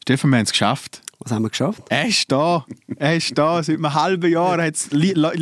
Stefan, wir haben es geschafft. Was haben wir geschafft? Er ist da. Seit einem halben Jahr lässt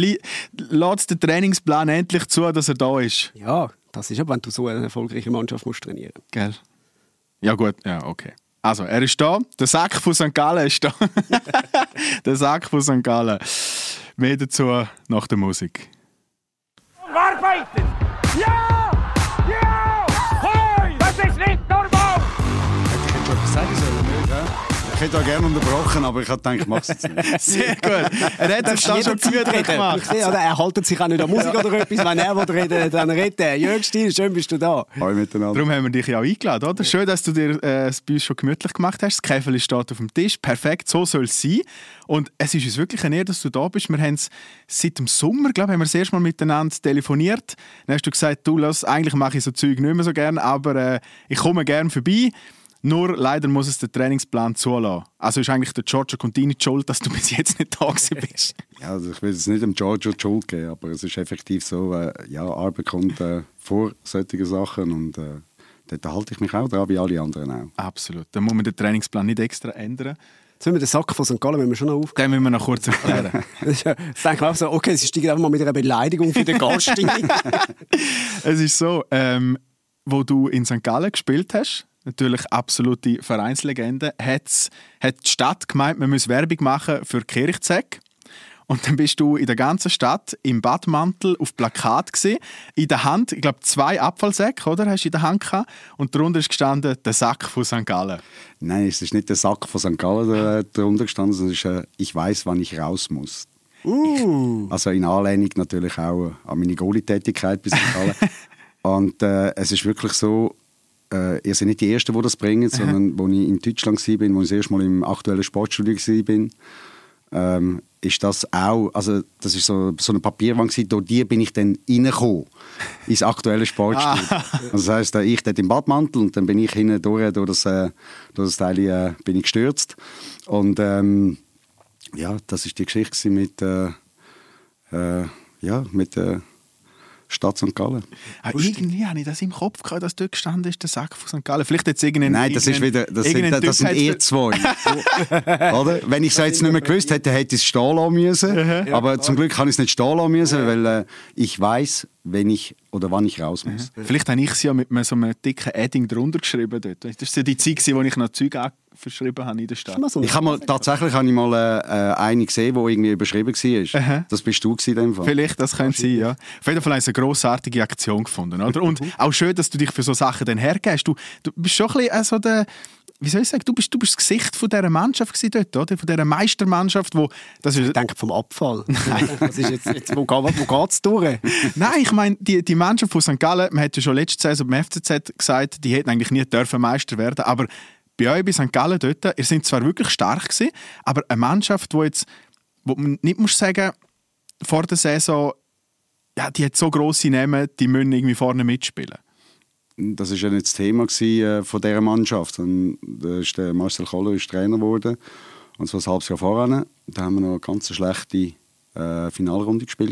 der Trainingsplan endlich zu, dass er da ist. Ja, das ist aber, wenn du so eine erfolgreiche Mannschaft musst trainieren. Gell? Ja gut, ja, okay. Also, er ist da. Der Sack von St. Gallen ist da. Der Sack von St. Gallen. Mehr dazu nach der Musik. Arbeiten! Ja! Ja! Hoi! Das ist nicht normal! Ich hätte etwas sagen sollen, nicht? Ja? Ich hätte auch gerne unterbrochen, aber ich habe gedacht, ich mache es jetzt nicht. Sehr gut. Er hat sich da schon gemütlich gemacht. Er haltet sich auch nicht an Musik oder etwas. Wenn er reden, dann redet er. Jörg Stiel, schön bist du da. Hallo miteinander. Darum haben wir dich ja auch eingeladen, oder? Schön, dass du dir es bei uns schon gemütlich gemacht hast. Das Käferli steht auf dem Tisch. Perfekt, so soll es sein. Und es ist uns wirklich eine Ehre, dass du da bist. Wir haben es seit dem Sommer, glaube ich, haben wir das erste Mal miteinander telefoniert. Dann hast du gesagt, du, eigentlich mache ich so Zeug nicht mehr so gerne, aber ich komme gerne vorbei. Nur leider muss es den Trainingsplan zulassen. Also ist eigentlich der Giorgio Contini die schuld, dass du bis jetzt nicht da bist. Ja, also ich will es nicht dem Giorgio die Schuld geben, aber es ist effektiv so, Arbeit kommt vor solchen Sachen und dort halte ich mich auch dran, wie alle anderen auch. Absolut. Dann muss man den Trainingsplan nicht extra ändern. Jetzt müssen wir den Sack von St. Gallen schon noch aufgeben. Den müssen wir noch kurz erklären. Jetzt denke ich auch so, okay, sie steigen einfach mal mit einer Beleidigung für den Gast ein. Es ist so, wo du in St. Gallen gespielt hast, natürlich absolute Vereinslegende, hat die Stadt gemeint, man muss Werbung machen für Kirchzeg. Und dann bist du in der ganzen Stadt im Badmantel auf Plakat gesehen, in der Hand, ich glaube 2 Abfallsäcke, oder? Hast du in der Hand gehabt? Und darunter ist gestanden der Sack von St. Gallen. Nein, es ist nicht der Sack von St. Gallen darunter gestanden, sondern es ist ich weiss, wann ich raus muss. Also in Anlehnung natürlich auch an meine Goalie-Tätigkeit bei St. Gallen. Und es ist wirklich so, ihr seid nicht die Ersten, die das bringen, sondern als ich in Deutschland war, wo ich das erste Mal im aktuellen Sportstudio war, ist das auch, also das ist so eine Papierwand gewesen, durch die bin ich dann reingekommen, ins aktuelle Sportstudio. Also das heisst, ich dort im Badmantel und dann bin ich hinten durch das Teil bin ich gestürzt. Und das ist die Geschichte mit Stadt St. Gallen. Irgendwie habe ich das im Kopf gehabt, dass dort gestanden ist, der Sack von St. Gallen. Vielleicht jetzt Nein, das sind ihr zwei. Oder? Wenn ich es jetzt nicht mehr gewusst hätte, hätte ich es stehen lassen müssen. Aber zum Glück kann ich es nicht stehen lassen müssen, weil ich weiss, wann ich raus muss. Vielleicht habe ich es ja mit so einem dicken Edding drunter geschrieben. Dort. Das war ja die Zeit, wo ich noch Zeug verschrieben habe in der Stadt. Tatsächlich habe ich mal eine gesehen, die irgendwie überschrieben war. Das bist du in dem Fall. Vielleicht, das könnte sein, ja. Auf jeden Fall habe ich eine grossartige Aktion gefunden. Oder? Und auch schön, dass du dich für so Sachen dann hergibst. Du bist schon ein bisschen so der... Wie soll ich sagen? Du bist das Gesicht von dieser Mannschaft dort, oder? Von dieser Meistermannschaft, wo... Ich denke vom Abfall. Das ist jetzt wo geht es durch? Nein, ich meine, die Mannschaft von St. Gallen, man hat ja schon letzte Saison beim FCZ gesagt, die hätten eigentlich nie dürfen Meister werden, aber bei euch, bei St. Gallen dort, ihr seid zwar wirklich stark gewesen, aber eine Mannschaft, wo man nicht muss sagen, vor der Saison, ja, die hat so grosse Namen, die müssen irgendwie vorne mitspielen. Das war ja nicht das Thema von dieser Mannschaft. Und der Marcel Koller ist Trainer geworden. Und so ein halbes Jahr vorher. Da haben wir noch eine ganz schlechte Finalrunde gespielt.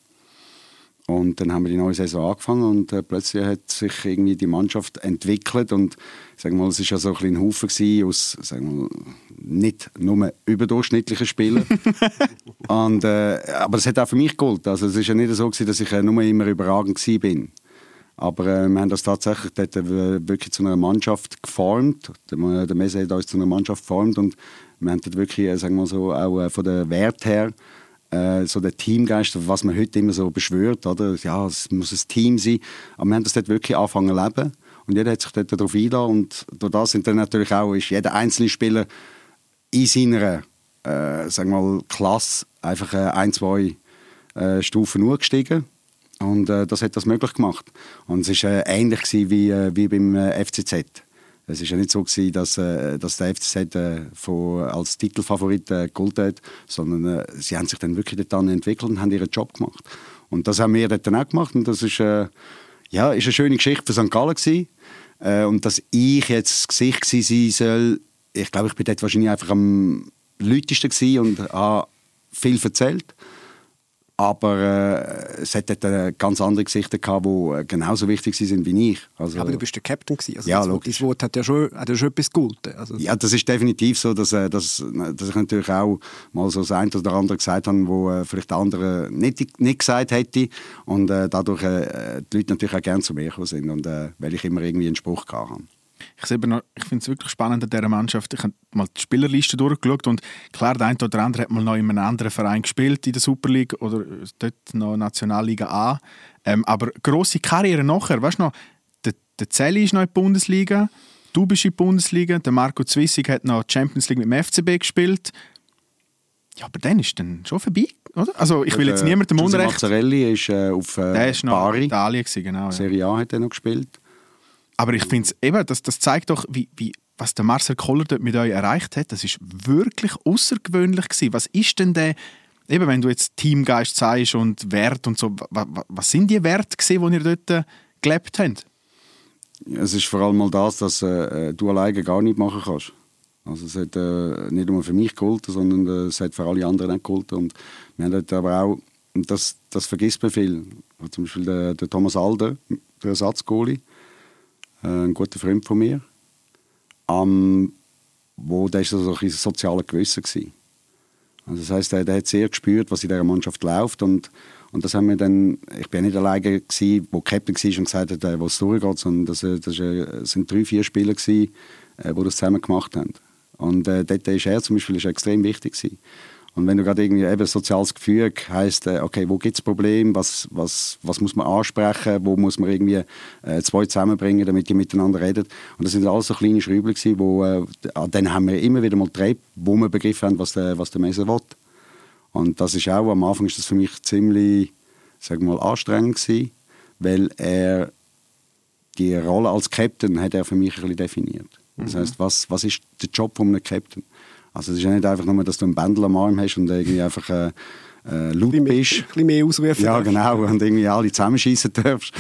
Und dann haben wir die neue Saison angefangen und plötzlich hat sich irgendwie die Mannschaft entwickelt. Und sagen wir mal, es war ja so ein Haufen aus nicht nur überdurchschnittlichen Spielern. Aber es hat auch für mich geholt. Also es war ja nicht so, dass ich nur immer überragend war. Aber wir haben das tatsächlich dort wirklich zu einer Mannschaft geformt. Der Messe hat uns zu einer Mannschaft geformt und wir haben dort wirklich, sagen wir so, auch von der Wert her, so der Teamgeist, was man heute immer so beschwört, oder? Ja, es muss ein Team sein. Aber wir haben das dort wirklich angefangen zu leben. Und jeder hat sich dort darauf eingelassen. Und durch das sind dann natürlich auch, ist jeder einzelne Spieler in seiner, sagen wir mal, Klasse einfach 1-2 Stufen hochgestiegen. Und das hat das möglich gemacht. Und es war ähnlich wie beim FCZ. Es war ja nicht so, dass der FCZ als Titelfavorit geholt hat, sondern sie haben sich dann wirklich dort entwickelt und haben ihren Job gemacht. Und das haben wir dort dann auch gemacht. Und das ist eine schöne Geschichte für St. Gallen gewesen. Und dass ich jetzt das Gesicht sein soll, ich glaube, ich bin dort wahrscheinlich einfach am lautesten gewesen und habe viel erzählt. Aber es hat dort ganz andere Gesichter gehabt, die genauso wichtig sind wie ich. Also, aber du bist der Captain gewesen. Also ja, das Wort hat ja schon etwas gegolten. Also, ja, das ist definitiv so, dass ich natürlich auch mal so das eine oder andere gesagt habe, wo vielleicht der andere nicht gesagt hätte. Und dadurch die Leute natürlich auch gerne zu mir gekommen sind. Und weil ich immer irgendwie einen Spruch gehabt habe. Ich finde es wirklich spannend an dieser Mannschaft. Ich habe mal die Spielerliste durchgeschaut und klar, der eine oder andere hat mal noch in einem anderen Verein gespielt, in der Super League oder dort noch Nationalliga A. Aber grosse Karriere nachher, weißt du noch, der Zelli ist noch in der Bundesliga, du bist in der Bundesliga, der Marco Zwissig hat noch Champions League mit dem FCB gespielt. Ja, aber dann ist dann schon vorbei, oder? Also ich will jetzt niemandem Unrecht... Mazzarelli ist auf der ist noch Bari. in Italien gewesen, genau. Ja. Serie A hat er noch gespielt. Aber ich finde es eben, das zeigt doch, was der Marcel Koller dort mit euch erreicht hat. Das ist wirklich außergewöhnlich gewesen. Was ist denn der, eben wenn du jetzt Teamgeist sagst und Wert und so, was sind die Werte gewesen, die ihr dort gelebt habt? Es ist vor allem mal das, dass du alleine gar nicht machen kannst. Also es hat nicht nur für mich geholfen, sondern es hat für alle anderen auch geholfen. Und wir haben dort aber auch, und das vergisst man viel, zum Beispiel der Thomas Alder, der Ersatzgoalie, ein guter Freund von mir, wo der ist so ein sozialer Gewissen gewesen. Also das heisst, der hat sehr gespürt, was in dieser Mannschaft läuft und das haben wir dann, ich bin ja nicht alleine gewesen, wo Captain war und gesagt hat, wo es durchgeht, sondern das sind 3-4 Spieler gewesen, die das zusammen gemacht haben. Und dort ist er zum Beispiel extrem wichtig gewesen. Und wenn du gerade irgendwie eben soziales Gefühl heisst, okay, wo gibt es Probleme, was muss man ansprechen, wo muss man irgendwie zwei zusammenbringen, damit die miteinander reden. Und das sind alles so kleine Schrauben gewesen, wo dann haben wir immer wieder mal gedreht, wo wir begriffen haben, was der Messer will. Und das ist auch, am Anfang ist das für mich ziemlich, sagen wir mal, anstrengend gewesen, weil er die Rolle als Captain hat er für mich ein bisschen definiert. Das heisst, was ist der Job von einem Captain? Also es ist ja nicht einfach nur, dass du einen Bändel am Arm hast und irgendwie einfach laut bist. Ein bisschen mehr ausrufen. Ja, genau. Und irgendwie alle zusammenschießen darfst.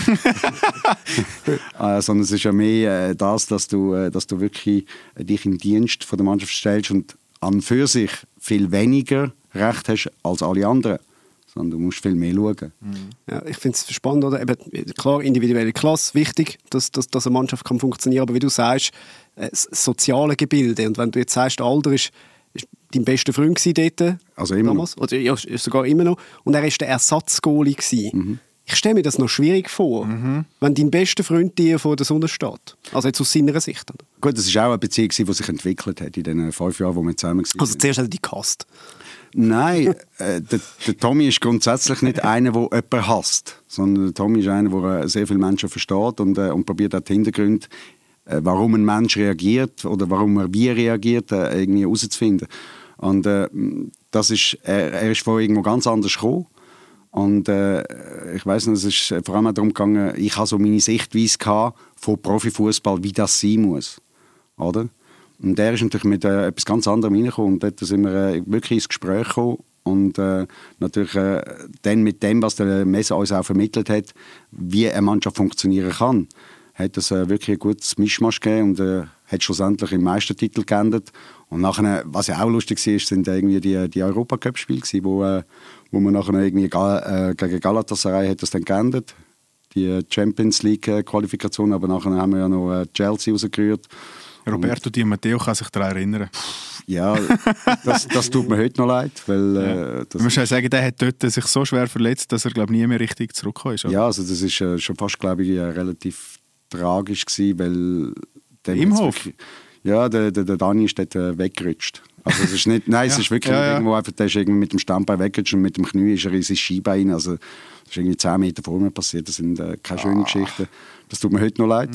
Sondern es ist ja mehr das, dass du wirklich dich im Dienst von der Mannschaft stellst und an für sich viel weniger Recht hast als alle anderen. Sondern du musst viel mehr schauen. Ja, ich finde es spannend, oder? Eben, klar, individuelle Klasse, wichtig, dass eine Mannschaft kann funktionieren kann. Aber wie du sagst, das soziale Gebilde. Und wenn du jetzt sagst, Alder ist dein bester Freund dort. Also immer damals, oder ja, sogar immer noch. Und er war der Ersatzgoalie gewesen. Ich stelle mir das noch schwierig vor, wenn dein bester Freund dir vor der Sonne steht. Also jetzt aus seiner Sicht. Oder? Gut, das war auch eine Beziehung, die sich entwickelt hat in den 5 Jahren, wo wir zusammen waren. Also zuerst hat er die gehasst. Nein, der Tommy ist grundsätzlich nicht einer, der jemanden hasst. Sondern der Tommy ist einer, der sehr viele Menschen versteht und probiert auch die Hintergründe, warum ein Mensch reagiert oder warum er wie reagiert, irgendwie herauszufinden. Und das ist, er ist von irgendwo ganz anders gekommen. Und ich weiss noch, es ist vor allem auch darum gegangen, ich hatte so meine Sichtweise von Profifußball, wie das sein muss. Oder? Und der ist natürlich mit etwas ganz anderem reingekommen. Und dort sind wir wirklich ins Gespräch gekommen. Und natürlich dann mit dem, was der Messer uns auch vermittelt hat, wie eine Mannschaft funktionieren kann, hat es wirklich ein gutes Mischmasch gegeben und hat schlussendlich im Meistertitel geendet. Und nachher, was ja auch lustig war, sind irgendwie die Europacup-Spiele, wo man nachher irgendwie gegen Galatasaray hat das dann geendet. Die Champions League-Qualifikation, aber nachher haben wir ja noch Chelsea rausgerührt. Roberto Di Matteo kann sich daran erinnern. Ja, das tut mir heute noch leid. Weil, man muss ja sagen, der hat dort sich so schwer verletzt, dass er glaub, nie mehr richtig zurückgekommen ist. Oder? Ja, also das ist schon fast, glaube ich, relativ tragisch gewesen, weil... Imhoff? Ja, der Dani ist dort weggerutscht. Also es ist nicht, nein, es ist wirklich irgendwo einfach, der ist irgendwie mit dem Standbein weggerutscht und mit dem Knie ist er in sein Skibein. Also das ist irgendwie 10 Meter vor mir passiert. Das sind keine schönen Geschichten. Das tut mir heute noch leid.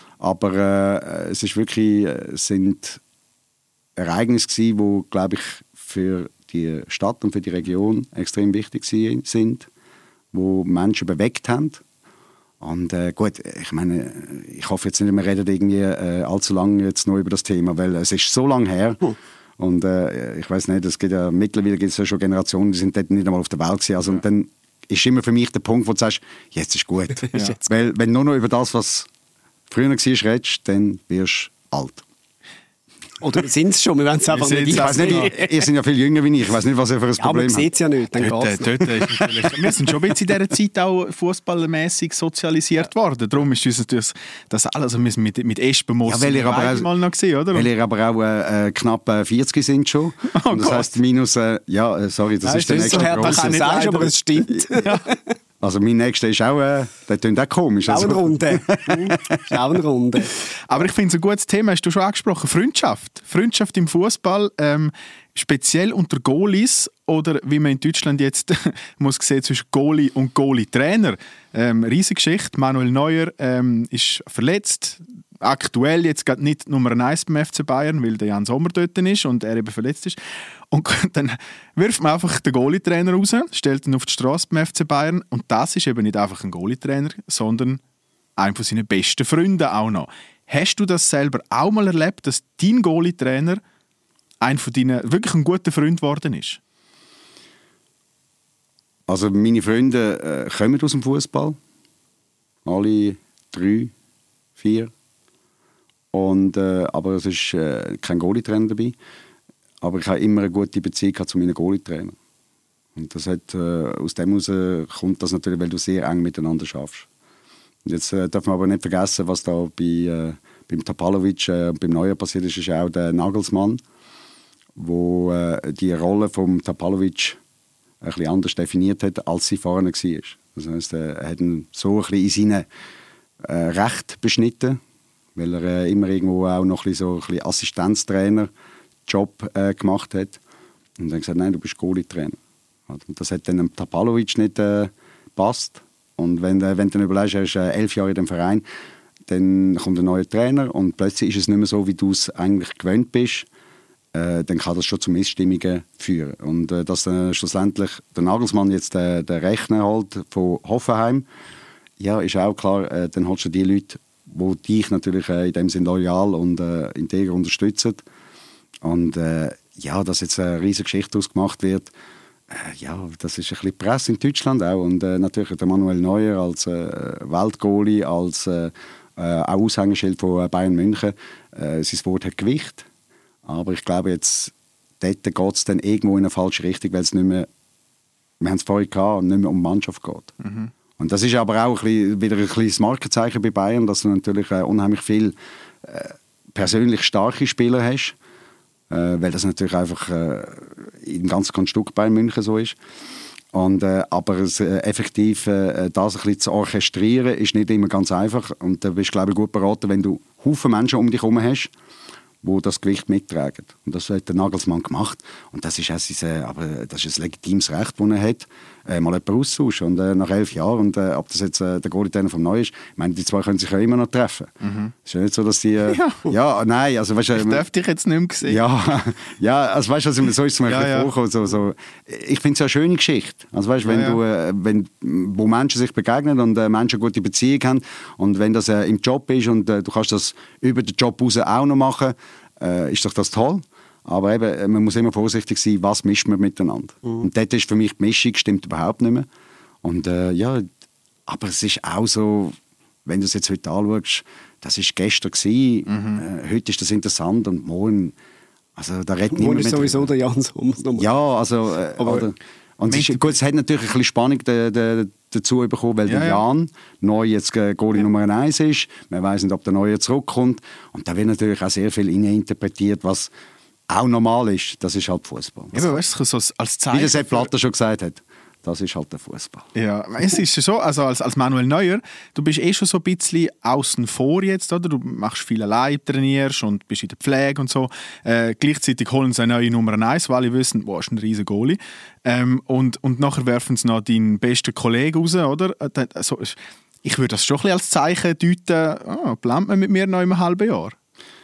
Aber es ist wirklich, sind Ereignisse gewesen, die, glaube ich, für die Stadt und für die Region extrem wichtig sind, die Menschen bewegt haben. Und gut, ich meine, ich hoffe jetzt nicht, wir reden irgendwie allzu lange jetzt noch über das Thema, weil es ist so lange her. Und ich weiß nicht, mittlerweile gibt es ja schon Generationen, die sind dort nicht einmal auf der Welt gewesen. Also, und dann ist immer für mich der Punkt, wo du sagst, jetzt ist gut. Weil wenn du nur noch über das, was früher war, redest, dann wirst du alt. Oder sind es schon? Wir wollen es einfach nicht. Ich weiss nicht, ihr seid ja viel jünger wie ich weiß nicht, was ihr für ein Problem habt. Aber man sieht es ja nicht, dann geht's. Dort ist natürlich, wir sind schon ein bisschen in dieser Zeit auch fußballmäßig sozialisiert worden. Darum ist uns natürlich das alles, also wir sind mit Espenmoos weil ihr mal noch gesehen, oder? Weil ihr aber auch knapp 40 sind schon. Oh und das heisst minus, sorry, das ist der nicht so nächste hart, grosse. du sagst, aber es stimmt. Also mein nächster ist auch, der klingt auch komisch. Auch eine Runde. Ist auch eine Runde. Aber ich finde es ein gutes Thema, hast du schon angesprochen, Freundschaft. Freundschaft im Fußball, speziell unter Goalies oder wie man in Deutschland jetzt muss sehen, zwischen Goalie und Goalie-Trainer. Riesige Geschichte. Manuel Neuer ist verletzt. Aktuell jetzt gerade nicht Nummer 1 beim FC Bayern, weil der Jan Sommer dort ist und er eben verletzt ist. Und dann wirft man einfach den Goalie-Trainer raus, stellt ihn auf die Straße beim FC Bayern. Und das ist eben nicht einfach ein Goalie-Trainer, sondern einer von seinen besten Freunden auch noch. Hast du das selber auch mal erlebt, dass dein Goalie-Trainer einer von deinen wirklich ein guter Freund geworden ist? Also meine Freunde kommen aus dem Fußball. Alle 3, 4. Aber es ist kein Goalie-Trainer dabei. Aber ich habe immer eine gute Beziehung zu meinen Goalie-Trainern. Und das hat, aus dem heraus kommt das natürlich, weil du sehr eng miteinander schaffst. Und jetzt darf man aber nicht vergessen, was da beim Tapalovic und beim Neuer passiert ist auch der Nagelsmann, wo die Rolle vom Tapalovic ein bisschen anders definiert hat, als sie vorne war. Das heisst, er hat ihn so ein bisschen in seinen Recht beschnitten, weil er immer irgendwo auch noch ein bisschen Assistenztrainer-Job gemacht hat. Und dann gesagt, nein, du bist Goalie-Trainer. Und das hat dann dem Tapalovic nicht gepasst. Und wenn du dann überlegst, er ist 11 Jahre in dem Verein, dann kommt ein neuer Trainer und plötzlich ist es nicht mehr so, wie du es eigentlich gewöhnt bist. Dann kann das schon zu Missstimmungen führen. Und dass dann schlussendlich der Nagelsmann jetzt den Rechner holt von Hoffenheim, ja, ist auch klar, dann holst du die Leute, die dich natürlich in dem Sinne loyal und integer unterstützen. Und dass jetzt eine riesige Geschichte daraus gemacht wird, das ist ein bisschen Presse in Deutschland auch. Und natürlich der Manuel Neuer als Weltgoalie, als auch Aushängeschild von Bayern München. Sein Wort hat Gewicht. Aber ich glaube, jetzt dort geht es dann irgendwo in eine falsche Richtung, weil es nicht mehr, wir haben es vorhin gehabt, nicht mehr um die Mannschaft geht. Mhm. Und das ist aber auch wieder ein kleines Markenzeichen bei Bayern, dass du natürlich unheimlich viel persönlich starke Spieler hast, weil das natürlich einfach im ganzen Konstrukt Bayern München so ist. Und, aber effektiv das ein bisschen zu orchestrieren, ist nicht immer ganz einfach. Und da bist du, glaube ich, gut beraten, wenn du Haufen Menschen um dich herum hast, die das Gewicht mittragen. Und das hat der Nagelsmann gemacht. Und das ist auch aber das ist ein legitimes Recht, das er hat, mal jemanden auszutauschen. Und nach 11 Jahren, und ob das jetzt der Goalie-Trainer vom Neu ist, ich meine, die zwei können sich ja immer noch treffen. Mhm. Es ist ja nicht so, dass die... nein, also weißt du... Ich darf dich jetzt nicht mehr sehen. Also weißt du, also, so ist es mir vorgekommen. So. Ich finde es ja eine schöne Geschichte. Also weißt du, wo Menschen sich begegnen und Menschen eine gute Beziehung haben und wenn das im Job ist und du kannst das über den Job raus auch noch machen, ist doch das toll. Aber eben, man muss immer vorsichtig sein, was mischt man miteinander. Mhm. Und dort ist für mich die Mischung stimmt überhaupt nicht mehr. Und aber es ist auch so, wenn du es jetzt heute anschaust, das war gestern gewesen, heute ist das interessant und morgen, also da redet niemand ist sowieso der Jan Sommer. Ja, also, und es hat natürlich ein bisschen Spannung dazu bekommen, weil der Jan neu jetzt Goalie Nummer 1 ist. Man weiss nicht, ob der Neue zurückkommt. Und da wird natürlich auch sehr viel interpretiert, was auch normal ist. Das ist halt Fußball. Ja, weißt du, so als Zeichen. Wie der Sepp Blatter schon gesagt hat. Das ist halt der Fußball. Ja, es ist so, also als Manuel Neuer, du bist schon so ein bisschen außen vor jetzt, oder? Du machst viel allein, trainierst und bist in der Pflege und so. Gleichzeitig holen sie eine neue Nummer 1, weil alle wissen, du bist ein riesen Goalie. Und nachher werfen sie noch deinen besten Kollegen raus, oder? Also, ich würde das schon ein bisschen als Zeichen deuten, plant man mit mir noch im halben Jahr?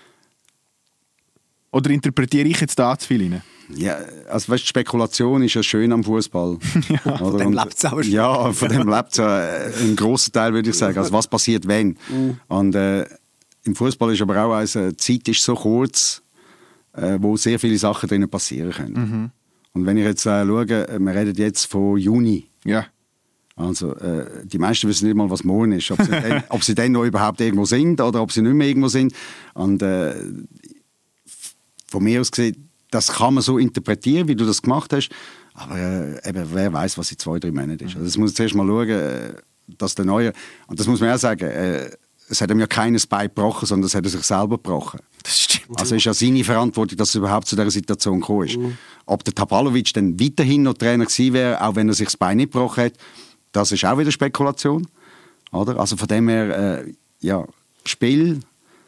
Oder interpretiere ich jetzt da zu viel rein? Ja, also weißt, Spekulation ist ja schön am Fußball. Von dem lebt es auch schon. Ja, von dem lebt es ein grosser Teil, würde ich sagen. Also was passiert, wenn? Und im Fußball ist aber auch die Zeit ist so kurz, wo sehr viele Sachen drinnen passieren können. Mhm. Und wenn ich jetzt schaue, wir reden jetzt von Juni. Ja. Also die meisten wissen nicht mal, was morgen ist. Ob sie dann noch überhaupt irgendwo sind oder ob sie nicht mehr irgendwo sind. Und von mir aus gesehen, das kann man so interpretieren, wie du das gemacht hast. Aber wer weiß, was in 2-3 Monaten ist. Also das muss zuerst mal schauen, dass der Neue... Und das muss man auch sagen, es hat ihm ja keines Bein gebrochen, sondern es hat er sich selber gebrochen. Das stimmt. Also es ist ja seine Verantwortung, dass es überhaupt zu dieser Situation gekommen ist. Ob der Tapalovic dann weiterhin noch Trainer gewesen wäre, auch wenn er sich das Bein nicht gebrochen hat, das ist auch wieder Spekulation. Oder? Also von dem her, Spiel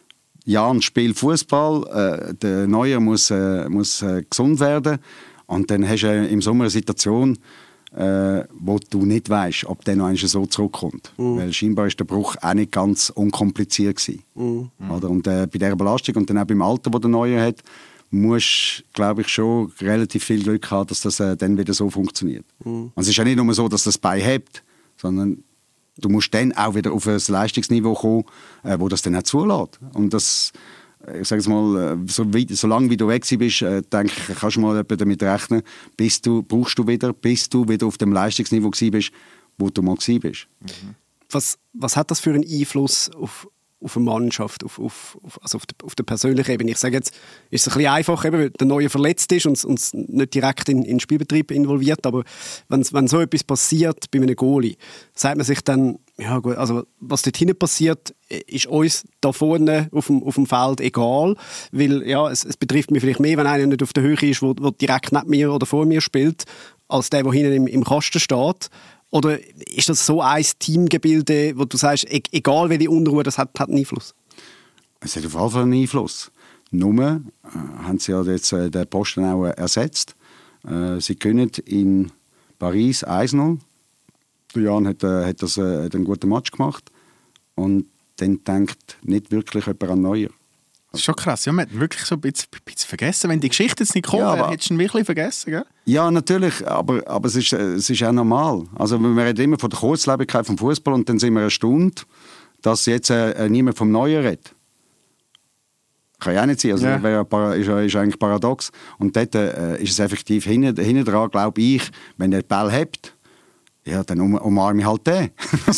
Fußball, der Neuer muss gesund werden und dann hast du im Sommer eine Situation, wo du nicht weißt, ob der noch einmal so zurückkommt. Weil scheinbar ist der Bruch auch nicht ganz unkompliziert gewesen. Oder? Und bei dieser Belastung und dann auch beim Alter, das der Neuer hat, musst du, glaube ich, schon relativ viel Glück haben, dass das dann wieder so funktioniert. Und es ist ja nicht nur so, dass das Bein hebt, sondern du musst dann auch wieder auf ein Leistungsniveau kommen, wo das dann auch zulässt. Und das, ich sage es mal, solange wie du weg bist, denke ich, kannst du mal damit rechnen, bis du wieder auf dem Leistungsniveau bist, wo du mal bist. Was hat das für einen Einfluss auf eine Mannschaft, auf der persönlichen Ebene? Ich sage jetzt, ist es ein bisschen einfach, eben, weil der Neue verletzt ist und nicht direkt in den Spielbetrieb involviert, aber wenn so etwas passiert bei einem Goalie, sagt man sich dann, ja gut, also was dort hinten passiert, ist uns da vorne auf dem Feld egal, weil ja, es betrifft mich vielleicht mehr, wenn einer nicht auf der Höhe ist, wo direkt neben mir oder vor mir spielt, als der hinten im Kasten steht. Oder ist das so ein Teamgebilde, wo du sagst, egal welche Unruhe, das hat einen Einfluss? Es hat auf jeden Fall einen Einfluss. Nur haben sie ja jetzt den Posten auch ersetzt. Sie können in Paris 1-0. Der Jan hat einen guten Match gemacht. Und dann denkt nicht wirklich jemand an Neuer. Das ist schon krass. Ja, man hat wirklich so ein bisschen vergessen. Wenn die Geschichte jetzt nicht kommt, hättest du ihn wirklich vergessen, gell? Ja, natürlich. Aber es ist auch normal. Also, wir reden immer von der Kurzlebigkeit vom Fußball und dann sind wir erstaunt, dass jetzt niemand vom Neuen redet. Kann ja auch nicht sein. Also, ist eigentlich paradox. Und dort ist es effektiv hinten dran, glaube ich, wenn der Ball hebt, ja, dann umarme ich halt den.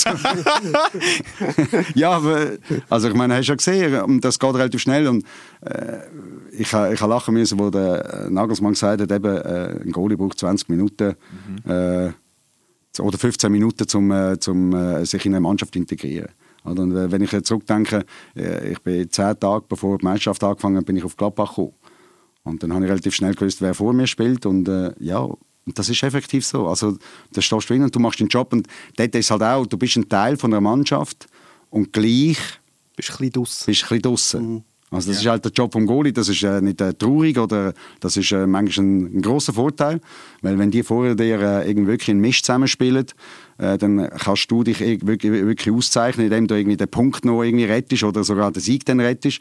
Ja, aber, also ich meine, hast du ja gesehen, das geht relativ schnell und ich habe lachen müssen, wo der Nagelsmann gesagt hat, eben, ein Goalie braucht 20 Minuten oder 15 Minuten, um sich in eine Mannschaft zu integrieren. Und wenn ich zurückdenke, ich bin 10 Tage, bevor die Meisterschaft angefangen hat, bin ich auf Gladbach gekommen. Und dann habe ich relativ schnell gewusst, wer vor mir spielt und und das ist effektiv so. Also, da stehst du hin und du machst den Job. Und dort ist halt auch, du bist ein Teil von einer Mannschaft und gleich bist du ein bisschen draussen. Also, das ist halt der Job vom Goalie. Das ist nicht traurig oder das ist manchmal ein grosser Vorteil. Weil wenn die vorher dir wirklich einen Mist zusammenspielen, dann kannst du dich wirklich auszeichnen, indem du irgendwie den Punkt noch irgendwie rettest oder sogar den Sieg dann rettest.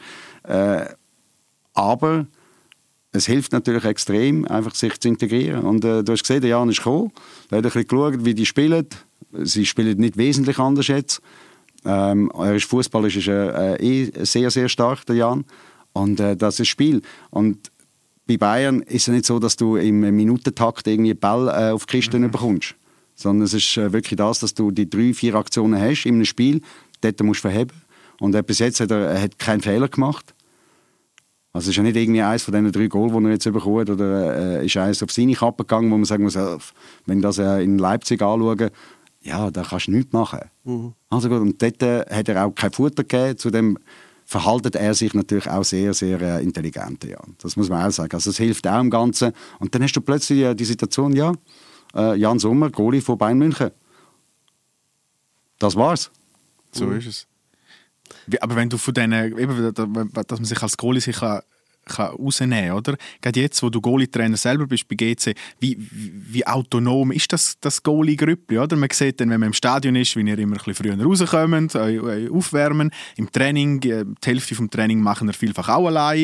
Aber es hilft natürlich extrem, einfach sich zu integrieren. Und du hast gesehen, der Jan ist gekommen. Er hat ein bisschen geschaut, wie die spielen. Sie spielen nicht wesentlich anders jetzt. Fußballisch ist sehr, sehr stark, der Jan. Und das ist Spiel. Und bei Bayern ist es nicht so, dass du im Minutentakt irgendwie Ball auf die Kiste bekommst. Sondern es ist wirklich das, dass du die 3-4 Aktionen hast in einem Spiel. Dort musst du verheben. Und bis jetzt hat er keinen Fehler gemacht. Also es ist ja nicht irgendwie eines von diesen 3 Goals, die er jetzt bekommt, oder ist eines auf seine Kappe gegangen, wo man sagen muss, wenn ich das in Leipzig anschaue, ja, da kannst du nichts machen. Also gut, und dort hat er auch kein Futter gegeben. Zudem verhaltet er sich natürlich auch sehr, sehr intelligent. Ja. Das muss man auch sagen. Also es hilft auch im Ganzen. Und dann hast du plötzlich die Situation, Jan Sommer, Goalie von Bayern München. Das war's. So ist es. Aber wenn du von denen, dass man sich als Goalie rausnehmen kann, oder? Gerade jetzt, wo du Goalie-Trainer selber bist bei GC, wie autonom ist das Goalie-Grüppli, oder? Man sieht dann, wenn man im Stadion ist, wie ihr immer ein bisschen früher rauskommt, aufwärmen. Im Training, die Hälfte vom Training machen wir vielfach auch allein.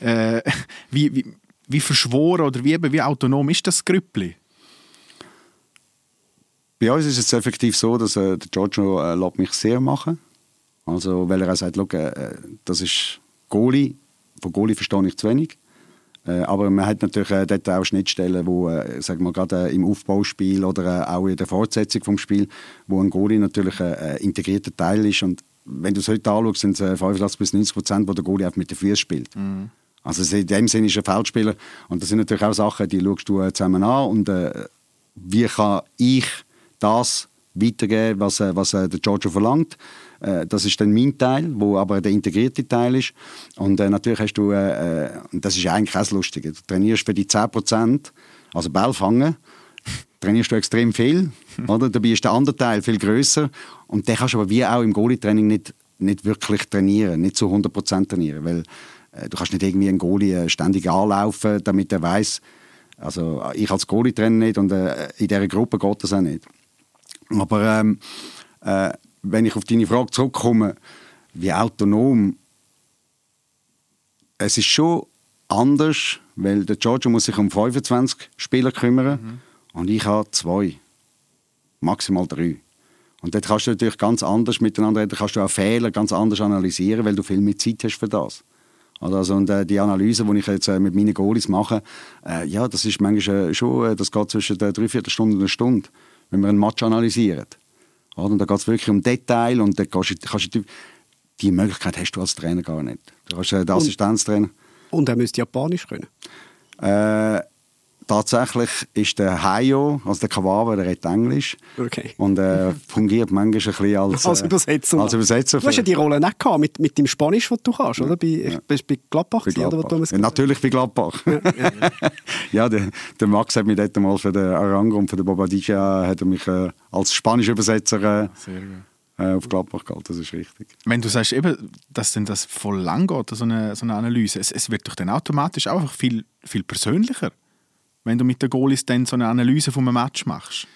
Wie verschworen oder wie autonom ist das Grüppli? Bei uns ist es effektiv so, dass der Giorgio lässt mich sehr machen. Also, weil er auch sagt, das ist Goalie. Von Goalie verstehe ich zu wenig. Aber man hat natürlich dort auch Schnittstellen, wo, sagen wir, gerade im Aufbauspiel oder auch in der Fortsetzung des Spiels, wo ein Goalie natürlich ein integrierter Teil ist. Und wenn du es heute anschaust, sind es 85-90%, wo der Goalie einfach mit den Füßen spielt. Also in dem Sinne ist er Feldspieler. Und das sind natürlich auch Sachen, die schaust du zusammen an. Und wie kann ich das weitergeben, was der Giorgio verlangt? Das ist dann mein Teil, wo aber der integrierte Teil ist. Und natürlich hast du, und das ist eigentlich auch das Lustige, du trainierst für die 10%, also Ball fangen, trainierst du extrem viel, oder? Dabei ist der andere Teil viel grösser. Und den kannst du aber wie auch im Goalie-Training nicht wirklich trainieren, nicht zu 100% trainieren, weil du kannst nicht irgendwie einen Goalie ständig anlaufen, damit er weiss, also ich als Goalie-Trainer nicht und in dieser Gruppe geht das auch nicht. Aber wenn ich auf deine Frage zurückkomme, wie autonom, es ist schon anders, weil der Giorgio muss sich um 25 Spieler kümmern und ich habe 2, maximal 3. Und dort kannst du natürlich ganz anders miteinander reden, kannst du auch Fehler ganz anders analysieren, weil du viel mehr Zeit hast für das. Also, und die Analyse, die ich jetzt mit meinen Goalies mache, ja, das ist manchmal schon, das geht zwischen 3/4 Stunde und einer Stunde, wenn wir einen Match analysieren. Und da geht es wirklich um Detail und dann kannst du, die Möglichkeit hast du als Trainer gar nicht. Du hast den Assistenztrainer. Und er müsste Japanisch können? Tatsächlich ist der Hayo, also der Kawawa, der redet Englisch. Okay. Und fungiert manchmal ein bisschen als Übersetzer. Als Übersetzer. Du hast ja die Rolle nicht gehabt mit dem Spanisch, das du kannst, oder? Bist du bei Gladbach? Bei Gladbach. Oder, ja, natürlich bei Gladbach. Ja, der Max hat mich dort mal für den Arango und für den Bobadilla hat er mich als Spanisch-Übersetzer auf Gladbach gehalten. Das ist richtig. Wenn du sagst, eben, dass denn das voll lang geht, so eine Analyse, es wird doch dann automatisch auch einfach viel, viel persönlicher, wenn du mit den Goalies dann so eine Analyse von einem Match machst.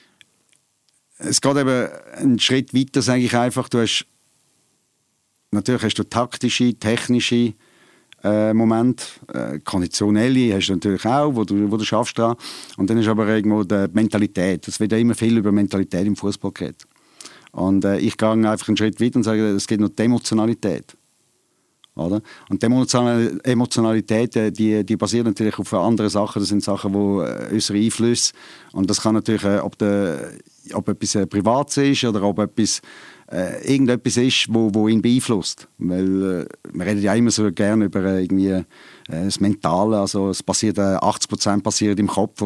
Es geht eben einen Schritt weiter, sage ich einfach. Natürlich hast du taktische, technische Momente, konditionelle hast du natürlich auch, wo du schaffst dran. Und dann ist aber irgendwo die Mentalität. Es wird ja immer viel über Mentalität im Fußball geredet. Und ich gehe einfach einen Schritt weiter und sage, es geht noch die Emotionalität. Oder? Und die Emotionalität, die basiert natürlich auf anderen Sachen. Das sind Sachen, die äußere Einflüsse. Und das kann natürlich, ob etwas privat ist oder ob etwas irgendetwas ist, wo ihn beeinflusst. Weil wir reden ja immer so gerne über irgendwie das Mentale. Also es passiert 80% passiert im Kopf.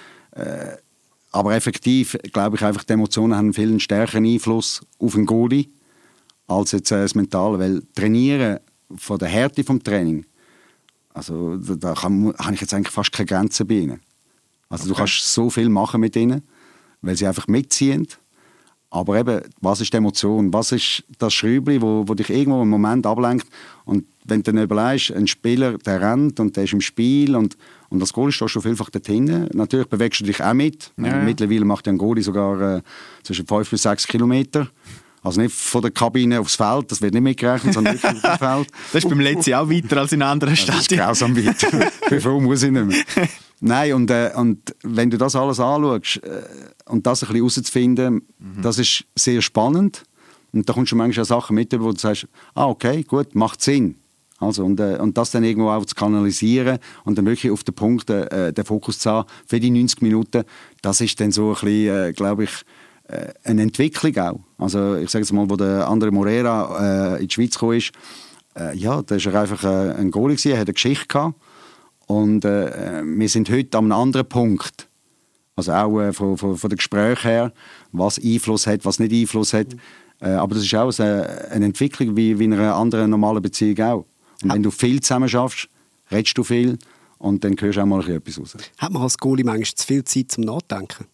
Aber effektiv glaube ich einfach, die Emotionen haben einen viel stärkeren Einfluss auf den Goalie als jetzt das Mentale. Weil Trainieren von der Härte vom Training, also da habe ich jetzt eigentlich fast keine Grenzen bei ihnen. Also du kannst so viel machen mit ihnen, weil sie einfach mitziehen. Aber eben, was ist die Emotion? Was ist das Schräubchen, wo dich irgendwo im Moment ablenkt? Und wenn du dann überlegst, ein Spieler, der rennt und der ist im Spiel und als Goalie stehst du vielfach dort hinten. Natürlich bewegst du dich auch mit. Ja. Mittlerweile macht ein Goalie sogar zwischen 5 bis 6 Kilometer. Also nicht von der Kabine aufs Feld, das wird nicht mitgerechnet, sondern wirklich auf dem Feld. Das ist beim Letzi auch weiter als in anderen Stadien. Das ist grausam weiter. Bevor muss ich nicht mehr. Nein, und wenn du das alles anschaust und das ein bisschen herauszufinden, das ist sehr spannend. Und da kommst du manchmal Sachen mit, wo du sagst, okay, gut, macht Sinn. Also, und das dann irgendwo auch zu kanalisieren und dann wirklich auf den Punkt den Fokus zu haben für die 90 Minuten, das ist dann so ein bisschen, glaube ich, eine Entwicklung auch. Also ich sage jetzt mal, wo der André Moreira in die Schweiz gekommen ist, da war er einfach ein Goalie gewesen, er hat eine Geschichte gehabt. Und wir sind heute an einem anderen Punkt. Also auch von den Gesprächen her, was Einfluss hat, was nicht Einfluss hat. Aber das ist auch eine Entwicklung wie in einer anderen normalen Beziehung auch. Und wenn du viel zusammen schaffst, redest du viel und dann hörst du auch mal etwas raus. Hat man als Goalie manchmal zu viel Zeit zum Nachdenken?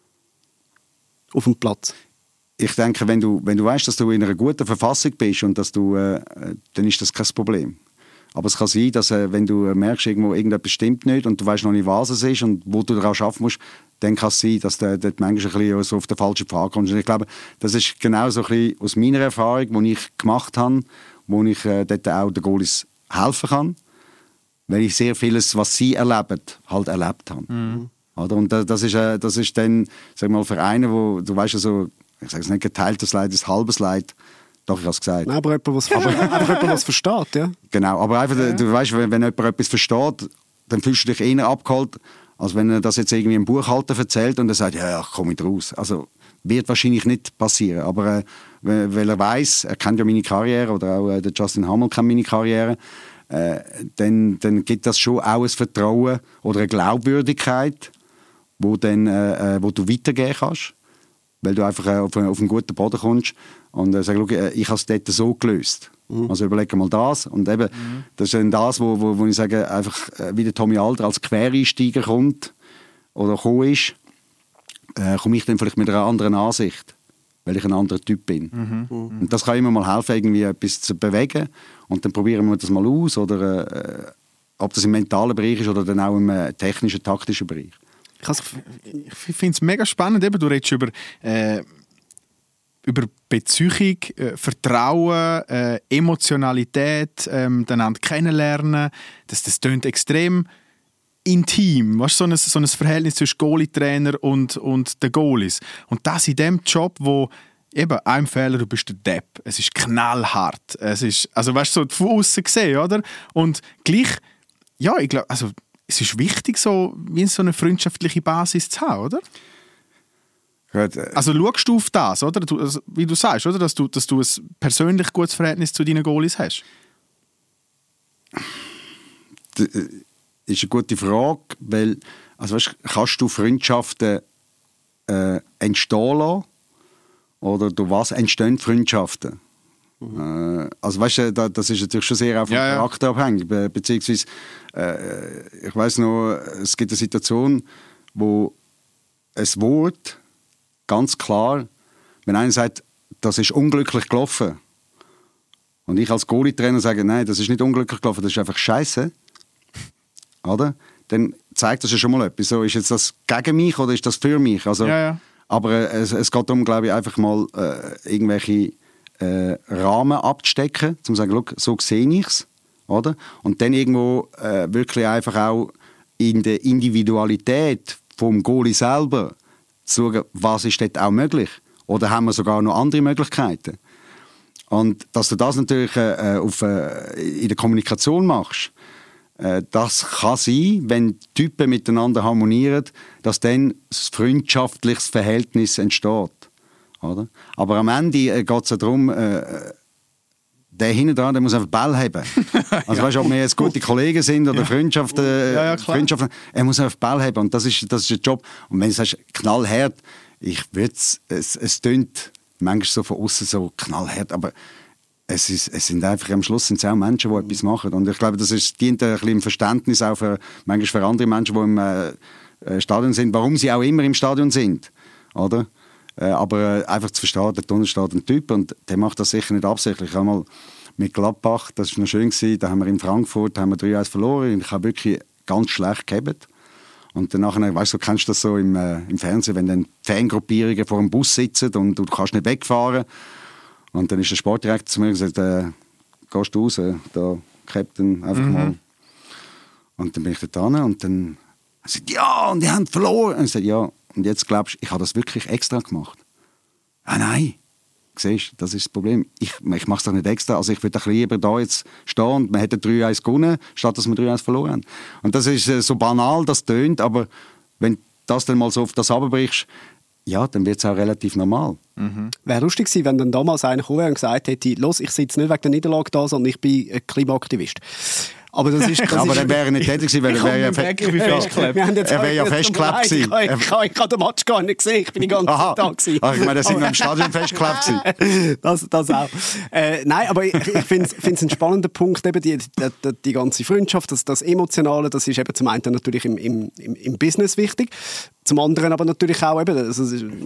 Auf dem Platz? Ich denke, wenn du weißt, dass du in einer guten Verfassung bist und dass du, dann ist das kein Problem. Aber es kann sein, dass wenn du merkst, irgendetwas stimmt nicht und du weißt noch nicht, was es ist und wo du daran arbeiten musst, dann kann es sein, dass du dort manchmal ein bisschen so auf den falschen Pfad kommst. Und ich glaube, das ist genau so ein bisschen aus meiner Erfahrung, die ich gemacht habe, wo ich dort auch den Goalies helfen kann, weil ich sehr vieles, was sie erleben, halt erlebt habe. Mhm. Oder? Und das ist dann, sag mal, für einen, wo du weißt, also, ich sage es nicht, geteiltes Leid ist halbes Leid. Doch, ich habe es gesagt. Nein, aber jemand, was versteht, ja. Genau, aber einfach, du weißt, wenn jemand etwas versteht, dann fühlst du dich eher abgeholt, als wenn er das jetzt irgendwie im Buchhalter erzählt und er sagt, ja, komm ich raus. Also, wird wahrscheinlich nicht passieren, aber weil er weiss, er kennt ja meine Karriere, oder auch der Justin Hammel kennt meine Karriere, dann gibt das schon auch ein Vertrauen oder eine Glaubwürdigkeit, wo du weitergeben kannst, weil du einfach auf einen guten Boden kommst und sagst, ich habe es dort so gelöst. Also überleg mal das. Und eben, das ist dann das, wo ich sage, einfach wie der Tommy Alder als Quereinsteiger kommt oder gekommen ist, komme ich dann vielleicht mit einer anderen Ansicht, weil ich ein anderer Typ bin. Und das kann immer mal helfen, irgendwie etwas zu bewegen. Und dann probieren wir das mal aus, oder ob das im mentalen Bereich ist oder dann auch im technischen, taktischen Bereich. Ich finde es mega spannend. Eben, du redest über Beziehung, Vertrauen, Emotionalität, einander kennenlernen. Das tönt extrem intim. Weißt du, so ein Verhältnis zwischen Goalie-Trainer und den Goalies. Und das in dem Job, wo eben ein Fehler, du bist der Depp. Es ist knallhart. Es ist, also weißt du, so von außen gesehen, oder? Und gleich, ja, ich glaube, also es ist wichtig, so wie so eine freundschaftliche Basis zu haben, oder? Also schaust du auf das, oder? Wie du sagst, oder? Dass du ein persönlich gutes Verhältnis zu deinen Goalies hast? Das ist eine gute Frage, weil also weißt, kannst du Freundschaften entstehen lassen? Oder durch was entstehen Freundschaften? Also weißt du, das ist natürlich schon sehr auf den Charakter abhängig. Beziehungsweise, ich weiss noch, es gibt eine Situation, wo ein Wort ganz klar, wenn einer sagt, das ist unglücklich gelaufen, und ich als Goalie-Trainer sage, nein, das ist nicht unglücklich gelaufen, das ist einfach Scheiße, oder? Dann zeigt das ja schon mal etwas. So, ist jetzt das gegen mich oder ist das für mich? Also, aber es geht darum, glaube ich, einfach mal irgendwelche Rahmen abzustecken, um zu sagen, so sehe ich es, oder? Und dann irgendwo wirklich einfach auch in der Individualität vom Goalie selber zu schauen, was ist dort auch möglich? Oder haben wir sogar noch andere Möglichkeiten? Und dass du das natürlich in der Kommunikation machst, das kann sein, wenn Typen miteinander harmonieren, dass dann ein freundschaftliches Verhältnis entsteht. Oder? Aber am Ende geht es ja darum, der hinten dran, der muss einfach Ball haben. Also weißt du, ob wir jetzt gute Kollegen sind oder Freundschaften, er muss einfach Ball haben. Und das ist der Job. Und wenn du sagst, knallhart, es tönt manchmal so von außen so knallhart, aber es sind einfach, am Schluss sind es auch Menschen, die etwas machen. Und ich glaube, das dient ein bisschen im Verständnis auch manchmal für andere Menschen, die im Stadion sind, warum sie auch immer im Stadion sind. Oder? Aber einfach zu verstehen, da unten steht ein Typ und der macht das sicher nicht absichtlich. Einmal mit Gladbach, das war noch schön, da haben wir in Frankfurt 3-1 verloren und ich habe wirklich ganz schlecht gehabt. Und danach, weißt du, kennst du das so im Fernsehen, wenn dann Fangruppierungen vor dem Bus sitzen und du kannst nicht wegfahren. Und dann ist der Sportdirektor zu mir und gesagt, gehst du raus, da Captain, einfach mal. Und dann bin ich da hin und dann sagt ja, und die haben verloren. Und ich sage, ja, und jetzt glaubst du, ich habe das wirklich extra gemacht? Ah nein, siehst du, das ist das Problem. Ich mache es doch nicht extra, also ich würde lieber da jetzt stehen und man hätte 3-1 gewonnen, statt dass wir 3-1 verloren haben. Und das ist so banal, das tönt, aber wenn du das dann mal so auf das runterbrichst, ja, dann wird es auch relativ normal. Wäre lustig gewesen, wenn dann damals einer gekommen wäre und gesagt hätte, los, ich sitze nicht wegen der Niederlage da, sondern ich bin ein Klimaaktivist. Aber das ist... aber dann wäre er nicht tätig gewesen, weil er wäre ja festgeklebt gewesen. Ich habe den Match gar nicht gesehen, ich bin die ganze Zeit da gewesen. Ach, ich meine, er sind noch im Stadion festgeklebt gewesen. Das auch. Nein, aber ich finde es ein spannender Punkt, eben die ganze Freundschaft, das Emotionale, das ist eben zum einen natürlich im Business wichtig, zum anderen aber natürlich auch eben, also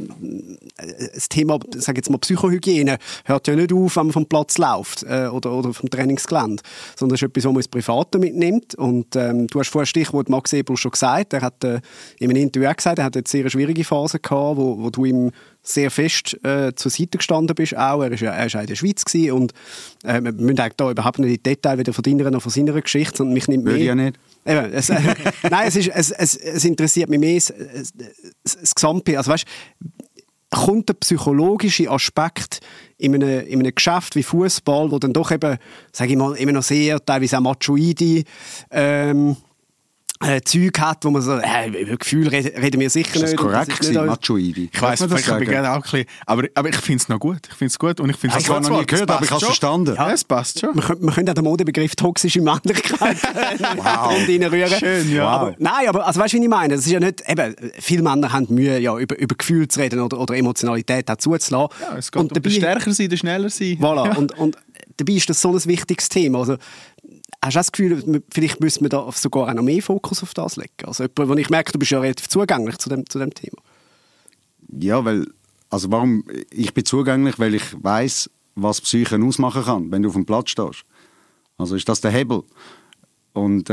das Thema, sage jetzt mal, Psychohygiene hört ja nicht auf, wenn man vom Platz läuft oder vom Trainingsgelände, sondern es ist etwas, was man ins Private mitnimmt. Und du hast vorhin Stichwort Max Eberl schon gesagt, er hat in einem Interview auch gesagt, er hat eine sehr schwierige Phase gehabt, wo du ihm sehr fest zur Seite gestanden bist auch. Er war auch in der Schweiz gewesen und wir müssen eigentlich da überhaupt nicht in die Details weder von deiner noch von seiner Geschichte, sondern mich nimmt mehr... Würde ja nicht. Eben, nein, es interessiert mich mehr das Gesamtbild. Also weißt, kommt der psychologische Aspekt in einem Geschäft wie Fußball, wo dann doch eben, sage ich mal, immer noch sehr teilweise auch machoide Zeug hat, wo man so, über Gefühl reden wir sicher Ist das nicht. korrekt gewesen, Machoidi? Ich weiss, ich bin gerne auch ein bisschen, aber ich finde es noch gut. Ich finde es gut und ich finde Ich habe noch nie gehört, aber ich habe es verstanden. Ja, es passt schon. Wir können auch den Modebegriff toxische Männlichkeit reinrühren. Schön, ja. Aber, nein, aber also weißt du, wie ich meine? Das ist ja nicht, eben, viele Männer haben Mühe, ja, über Gefühl zu reden oder Emotionalität auch zuzulassen. Ja, es geht um den stärker sein, den schneller sein. Voilà. Ja. Und dabei ist das so ein wichtiges Thema. Also, hast du das Gefühl, vielleicht müssen wir da sogar auch noch mehr Fokus auf das legen? Also jemand, wo ich merke, du bist ja relativ zugänglich zu dem Thema. Ja, ich bin zugänglich, weil ich weiss, was Psyche ausmachen kann, wenn du auf dem Platz stehst. Also ist das der Hebel. Und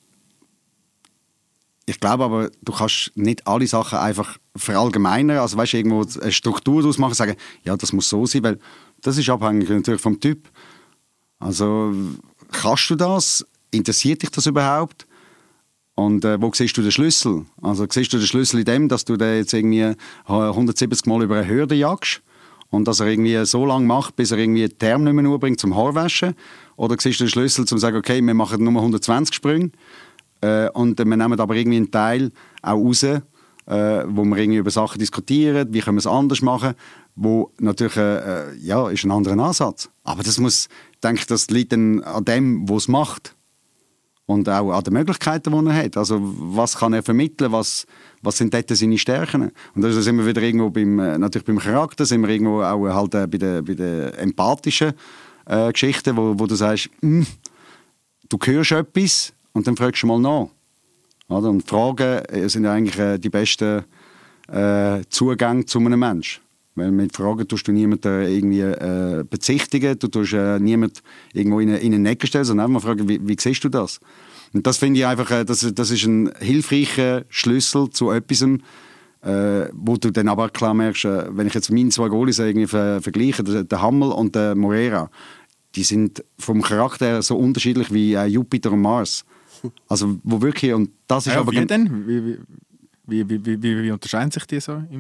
ich glaube aber, du kannst nicht alle Sachen einfach verallgemeinern, also weißt, irgendwo eine Struktur daraus machen, sagen, ja, das muss so sein, weil das ist abhängig natürlich vom Typ. Also kannst du das? Interessiert dich das überhaupt? Und wo siehst du den Schlüssel? Also siehst du den Schlüssel in dem, dass du den jetzt irgendwie 170 Mal über eine Hürde jagst und dass er irgendwie so lange macht, bis er irgendwie die Arme nicht mehr nur bringt zum Haarwaschen? Oder siehst du den Schlüssel, um zu sagen, okay, wir machen nur 120 Sprünge und wir nehmen aber irgendwie einen Teil auch raus, wo wir irgendwie über Sachen diskutieren, wie können wir es anders machen, wo natürlich ist ein anderer Ansatz. Aber das muss, denke ich, das liegt dann an dem, was es macht. Und auch an den Möglichkeiten, die er hat. Also was kann er vermitteln, was sind dort seine Stärken. Und da sind wir wieder irgendwo natürlich beim Charakter, sind wir irgendwo auch halt bei den empathischen Geschichten, wo du sagst, du hörst etwas und dann fragst du mal nach. Oder? Und Fragen sind ja eigentlich die besten Zugänge zu einem Menschen. Weil mit Fragen tust du niemanden irgendwie bezichtigen, du tust niemanden irgendwo in eine Ecke stellen, sondern einfach mal fragen, wie siehst du das? Und das finde ich einfach, das ist ein hilfreicher Schlüssel zu etwas, wo du dann aber klar merkst, wenn ich jetzt meine zwei Goalies irgendwie vergleiche, der Hammel und der Moreira, die sind vom Charakter her so unterschiedlich wie Jupiter und Mars. Also wo wirklich, und das ist aber... Wie denn? Wie unterscheiden sich die so?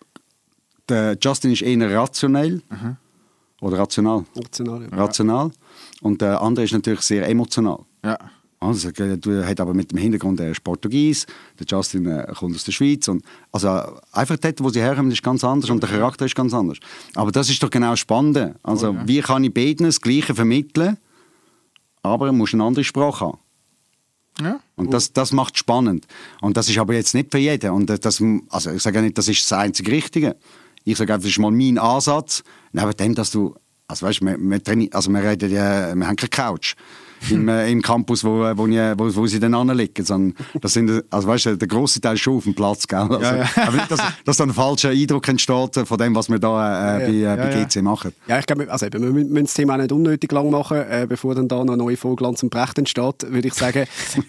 Der Justin ist eher rationell. Aha. Oder rational. Rational. Und der andere ist natürlich sehr emotional. Ja. Also, er hat aber mit dem Hintergrund, er ist Portugies, der Justin kommt aus der Schweiz. Und, also einfach dort, wo sie herkommen, ist ganz anders und der Charakter ist ganz anders. Aber das ist doch genau das Spannende. Also wie kann ich beiden das Gleiche vermitteln, aber er muss eine andere Sprache haben. Ja. Und das macht es spannend. Und das ist aber jetzt nicht für jeden. Und also ich sage nicht, das ist das einzige Richtige. Ich sage einfach, das ist mal mein Ansatz. Neben dem, dass du, also weißt, wir haben keine Couch im Campus, wo sie dann anlegen. Sondern das sind, also weißt, der grosse Teil ist schon auf dem Platz. Gell? Also, ja. Aber nicht, dass da ein falscher Eindruck entsteht von dem, was wir da bei GC machen. Ja, ich glaube, also wir müssen das Thema auch nicht unnötig lang machen, bevor dann da noch eine neue Folge Glanz und Brecht entsteht, würde ich sagen.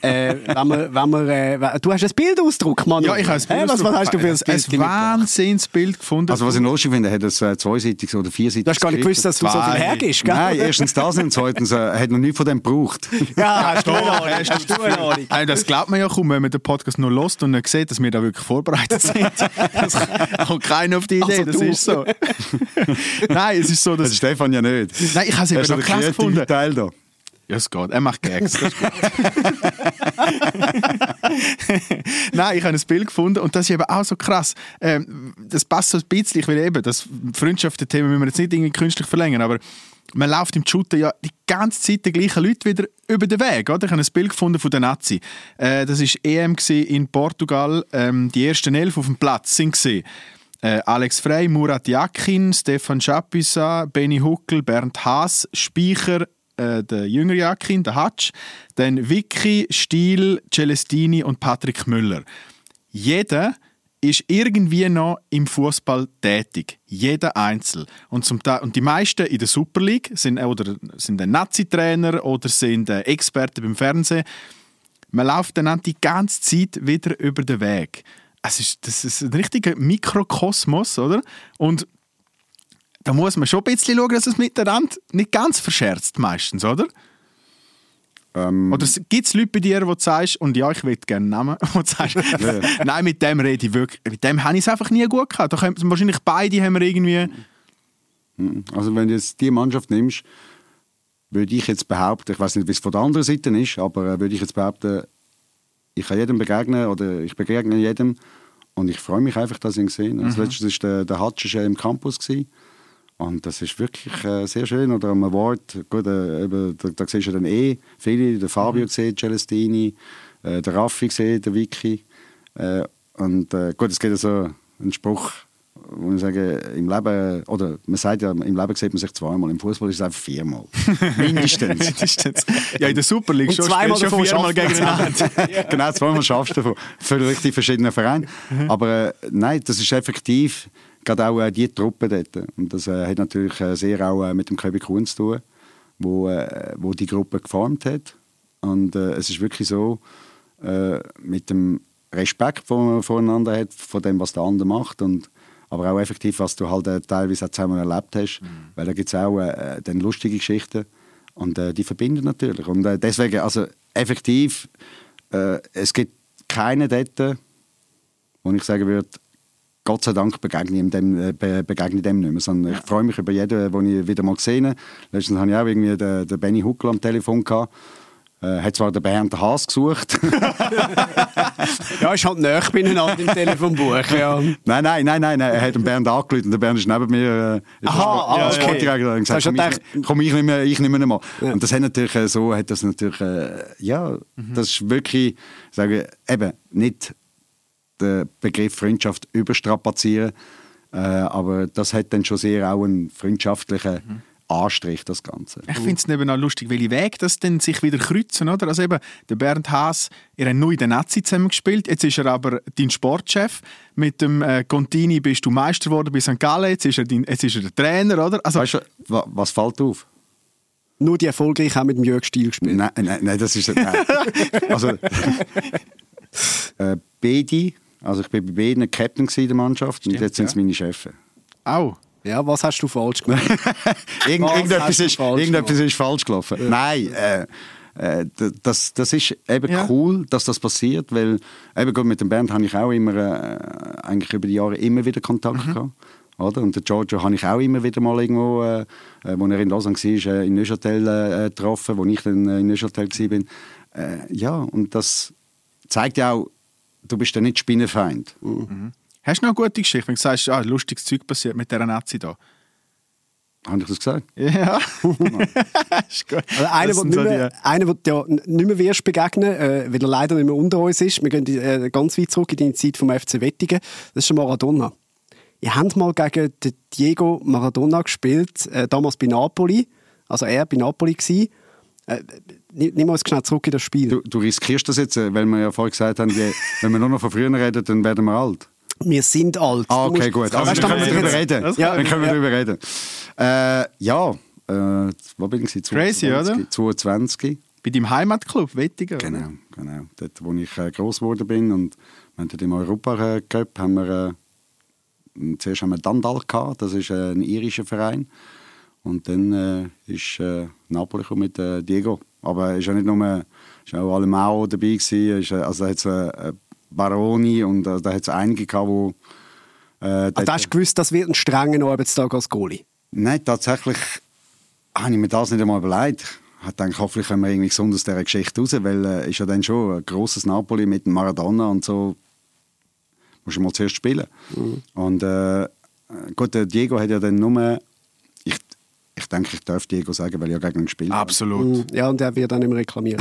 Du hast ein Bild ausgedruckt, Mann. Ja, ich habe ein Bild was hast du für ein Bild? Ein Wahnsinnsbild gefunden. Also was ich lustig finde, er hat es zweiseitiges oder vierseitiges. Du hast gar nicht gewusst, dass du so viel hergibst, gell? Nein, erstens das und zweitens, er hat noch nichts von dem gebraucht. Ja, hast du eine Ahnung. Das glaubt man ja kaum, wenn man den Podcast noch hört und nicht sieht, dass wir da wirklich vorbereitet sind. Das kommt keiner auf die Idee, Also das ist so. Nein, es ist so, dass... Das Stefan ja nicht. Nein, ich habe es eben noch krass gefunden. Teil da. Ja, es geht. Er macht Gags. Das ist gut. Nein, ich habe ein Bild gefunden und das ist eben auch so krass. Das passt so ein bisschen, ich will eben, das Freundschaften-Thema müssen wir jetzt nicht irgendwie künstlich verlängern, aber man läuft im Shooten ja die ganze Zeit die gleichen Leute wieder über den Weg. Oder? Ich habe ein Bild gefunden von den Nazi. Das war EM in Portugal. Die ersten 11 auf dem Platz waren Alex Frey, Murat Yakin, Stefan Chapuisat, Benny Huckel, Bernd Haas, Speicher, der jüngere Yakin, der Hatsch, dann Vicky, Stiel, Celestini und Patrick Müller. Jeder ist irgendwie noch im Fußball tätig. Jeder Einzel. Und die meisten in der Super League sind Nazi-Trainer oder sind Experten beim Fernsehen. Man läuft dann die ganze Zeit wieder über den Weg. Das ist ein richtiger Mikrokosmos, oder? Und da muss man schon ein bisschen schauen, dass es miteinander nicht ganz verscherzt meistens, oder? Oder gibt es Leute bei dir, wo du sagst, und ja, ich will gerne Namen, wo du sagst, nein, mit dem rede ich wirklich, mit dem habe ich es einfach nie gut gehabt. Da haben wahrscheinlich beide haben wir irgendwie... Also wenn du jetzt die Mannschaft nimmst, würde ich jetzt behaupten, ich weiß nicht, wie es von der anderen Seite ist, aber würde ich jetzt behaupten, ich kann jedem begegnen oder ich begegne jedem und ich freue mich einfach, dass ich ihn sehe. Als letztes war der Hatsch im Campus gewesen. Und das ist wirklich sehr schön. Oder am Award, gut, da siehst du dann viele, der Fabio gesehen, Celestini, der Raffi gesehen, der Vicky. Und gut, es gibt so einen Spruch, wo ich sage, im Leben, oder man sagt ja, im Leben sieht man sich zweimal, im Fußball ist es einfach 4-mal. Mindestens. Ja, in der Super League schon zweimal davon 4-mal gegeneinander. Genau, 2-mal schaffst du für die verschiedenen Vereine. Aber nein, das ist effektiv gerade auch die Truppe dort. Und das hat natürlich sehr auch mit dem Kevin Kuhn zu tun, wo die Gruppe geformt hat. Und es ist wirklich so, mit dem Respekt, den man voneinander hat, von dem, was der andere macht, aber auch effektiv, was du halt teilweise auch zusammen erlebt hast. Weil da gibt es auch dann lustige Geschichten und die verbinden natürlich. Und deswegen, also effektiv, es gibt keinen dort, wo ich sagen würde, Gott sei Dank begegne ich dem nicht mehr. Sondern ich freue mich über jeden, den ich wieder mal gesehen habe. Letztens hatte ich auch irgendwie den Benny Huckel am Telefon gehabt. Hat zwar den Bernd Haas gesucht. Ja, ist halt näher beieinander im Telefonbuch. Ja. Nein. Er hat den Bernd angerufen und der Bernd ist neben mir. Sportdirektor und gesagt, komm, ich nehme ihn mal. Ja. Und das hat natürlich das ist wirklich, sage eben, nicht den Begriff Freundschaft überstrapazieren, aber das hat dann schon sehr auch einen freundschaftlichen Anstrich, das Ganze. Ich finde es eben auch lustig, welche Wege das dann sich wieder kreuzen, oder? Also eben, der Bernd Haas, ihr habt nur in der Nazi zusammen gespielt, jetzt ist er aber dein Sportchef. Mit dem Contini bist du Meister geworden bei St. Gallen, jetzt ist er der Trainer, oder? Also, weißt du, was fällt auf? Nur die erfolgreich auch mit dem Jörg Stiel gespielt. Nein, das ist... Also, beide, also ich bin bei beiden Captain in der Mannschaft. Stimmt, und jetzt sind es meine Chefs. Au. Ja, was hast du falsch gemacht? Irgendetwas ist falsch gelaufen. Ja. Nein, das ist eben cool, dass das passiert, weil eben gut, mit dem Bernd habe ich auch immer, eigentlich über die Jahre immer wieder Kontakt gehabt. Oder? Und den Giorgio habe ich auch immer wieder mal irgendwo, als er in Lausanne war, in Neuchâtel getroffen, wo ich dann in Neuchâtel war. Ja, und das zeigt ja auch, du bist ja nicht Spinnenfeind. Hast du noch eine gute Geschichte, wenn du sagst, lustiges Zeug passiert mit dieser Nazi da? Habe ich das gesagt? Ja. Ist gut. Also einer, der ja nicht mehr wirst begegnen, weil er leider nicht mehr unter uns ist. Wir gehen ganz weit zurück in die Zeit vom FC Wettingen. Das ist schon Maradona. Ihr habt mal gegen den Diego Maradona gespielt, damals bei Napoli. Also er bei Napoli gewesen. Nimm mal schnell zurück in das Spiel. Du riskierst das jetzt, weil wir ja vorhin gesagt haben, wenn wir nur noch von früher reden, dann werden wir alt. Wir sind alt. Okay, gut. Also dann können wir darüber reden. Dann können wir darüber reden. Wo bin ich? Crazy, oder? 22. Bei deinem Heimatclub, Wettingen? Genau. Dort, wo ich gross geworden bin. Und wir haben im Europa-Cup zuerst haben wir Dandal gehabt, das ist ein irischer Verein. Und dann ist Napoli mit Diego. Aber es war ja nicht nur, es war auch Alemão dabei gewesen. Also da hat es Baroni und da hat es einige gehabt, wo... da hast du gewusst, das wird ein strenger Arbeitstag als Goalie? Nein, tatsächlich habe ich mir das nicht einmal überlegt. Ich dachte, hoffentlich kommen wir irgendwie gesund aus dieser Geschichte raus, weil es ist ja dann schon ein grosses Napoli mit dem Maradona und so. Musst du mal zuerst spielen. Und gut, der Diego hat ja dann nur... Ich denke, ich darf Diego sagen, weil ich ja gegen ihn gespielt habe. Absolut. Ja, und er wird dann nicht mehr reklamieren.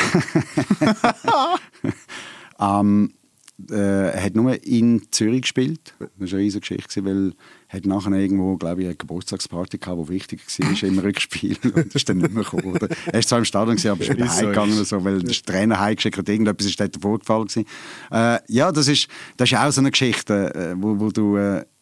Er hat nur in Zürich gespielt. Das war eine riesige Geschichte, weil er hat nachher irgendwo, glaube ich, eine Geburtstagsparty gehabt, die wichtig war, im Rückspiel. Und ist dann nicht mehr gekommen. Oder? Er war zwar im Stadion, aber ist wieder heimgegangen oder so, weil der Trainer heimgeschickt hat. Irgendetwas ist dort vorgefallen. Ja, das ist auch so eine Geschichte, wo du,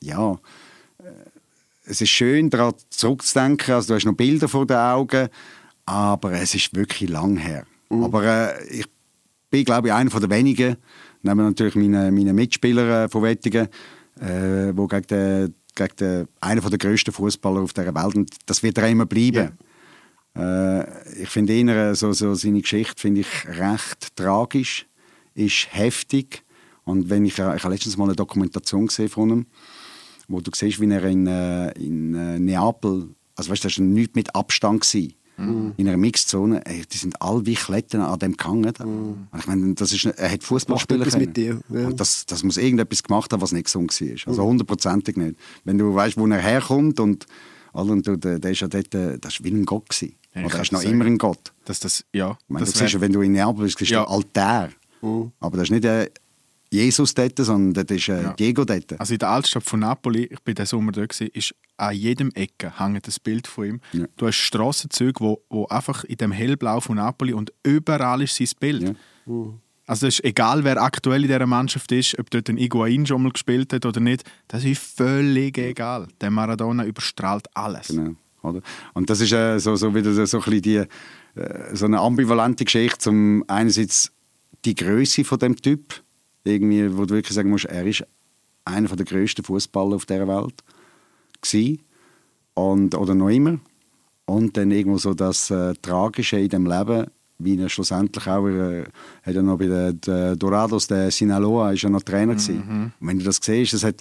es ist schön, daran zurückzudenken. Also, du hast noch Bilder vor den Augen, aber es ist wirklich lang her. Aber ich bin, glaube ich, einer der wenigen, neben natürlich meine Mitspieler von Wettingen, wo gegen einer der grössten Fußballer auf dieser Welt, und das wird er immer bleiben. Ich finde ihn, so seine Geschichte finde ich recht tragisch, ist heftig. Und wenn ich habe letztens mal eine Dokumentation gesehen von ihm, wo du siehst, wie er in Neapel, also weißt du, das war nichts mit Abstand gewesen. in einer Mixzone, die sind alle wie Kletten an dem gehangen. Ich meine, er hat Fußballspieler mit dir. Ja. Und das muss irgendetwas gemacht haben, was nicht gesund war. Also 100%ig nicht. Wenn du weißt, wo er herkommt und der ist ja dort, das war wie ein Gott gewesen. Ja, oder er ist noch immer ein Gott. Ja, ich meine, siehst, wenn du in Neapel bist, ist der Altar. Aber das ist nicht Jesus dort, sondern das ist Diego dort. Also in der Altstadt von Napoli, ich bin diesen Sommer dort, ist an jedem Ecke hängt ein Bild von ihm. Ja. Du hast Strassenzüge, wo einfach in dem Hellblau von Napoli und überall ist sein Bild. Ja. Also es ist egal, wer aktuell in dieser Mannschaft ist, ob dort ein Higuaín schon mal gespielt hat oder nicht, das ist völlig egal. Der Maradona überstrahlt alles. Genau. Oder? Und das ist so wieder so ein bisschen so eine ambivalente Geschichte, zum einerseits die Größe von dem Typ, irgendwie, wo du wirklich sagen musst, er ist einer der grössten Fußballer auf dieser Welt gewesen, oder noch immer. Und dann irgendwo so das Tragische in dem Leben, wie er schlussendlich auch, hat er noch bei den Dorados, der Sinaloa, ist er noch Trainer gewesen. Und wenn du das siehst, es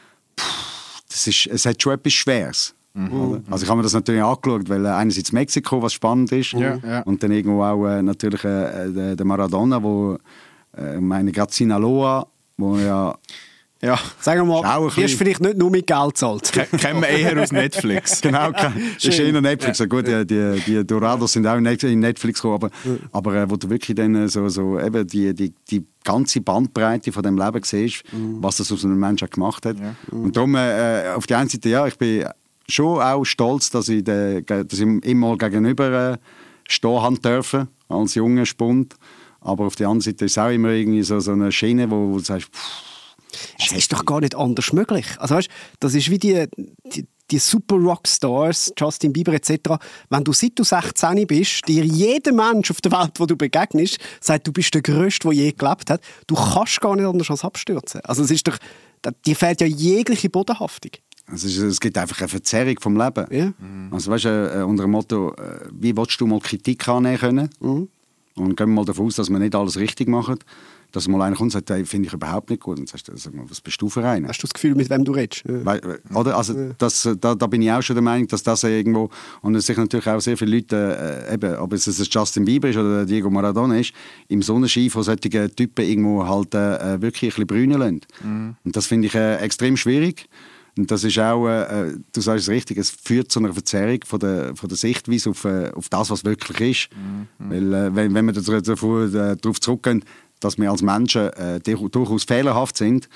hat schon etwas Schweres. Also ich habe mir das natürlich angeschaut, weil einerseits Mexiko, was spannend ist, und dann irgendwo auch natürlich der Maradona, wo meine gerade Sinaloa, wo ja, sagen wir mal, wirst vielleicht nicht nur mit Geld zahlt. Kennen wir eher aus Netflix. Genau, das ist eher Netflix. Ja. Gut, die Dorados sind auch in Netflix gekommen, aber wo du wirklich dann so eben die ganze Bandbreite von dem Leben siehst, was das aus einem Menschen gemacht hat. Ja. Und darum, auf der einen Seite, ich bin schon auch stolz, dass ich ihm mal gegenüber stehen haben dürfen, als junger Spund. Aber auf der anderen Seite ist es auch immer irgendwie so eine Schiene, wo du sagst, es ist doch gar nicht anders möglich. Also weißt, das ist wie die Super Rockstars, Justin Bieber etc. Wenn du seit du 16 bist, dir jeder Mensch auf der Welt, wo du begegnest, sagt, du bist der Größte, der je gelebt hat. Du kannst gar nicht anders als abstürzen. Also es ist doch, dir fehlt ja jegliche Bodenhaftung. Es gibt einfach eine Verzerrung vom Leben. Ja. Also weißt du, unter dem Motto, wie willst du mal Kritik annehmen können? Und gehen wir mal davon aus, dass wir nicht alles richtig machen. Dass mal einer kommt und sagt, hey, finde ich überhaupt nicht gut. Und dann sagst du, was bist du für einen? Hast du das Gefühl, mit wem du redest? Oder? Also, da bin ich auch schon der Meinung, dass das irgendwo, und es sich natürlich auch sehr viele Leute, eben, ob es ein Justin Bieber ist oder Diego Maradona ist, im Sonnenschein von solchen Typen irgendwo halt wirklich ein bisschen brünen lassen. Und das finde ich extrem schwierig. Und das ist auch, du sagst es richtig, es führt zu einer Verzerrung von der Sichtweise auf das, was wirklich ist. Weil, wenn wir darauf zurückgehen, dass wir als Menschen durchaus fehlerhaft sind,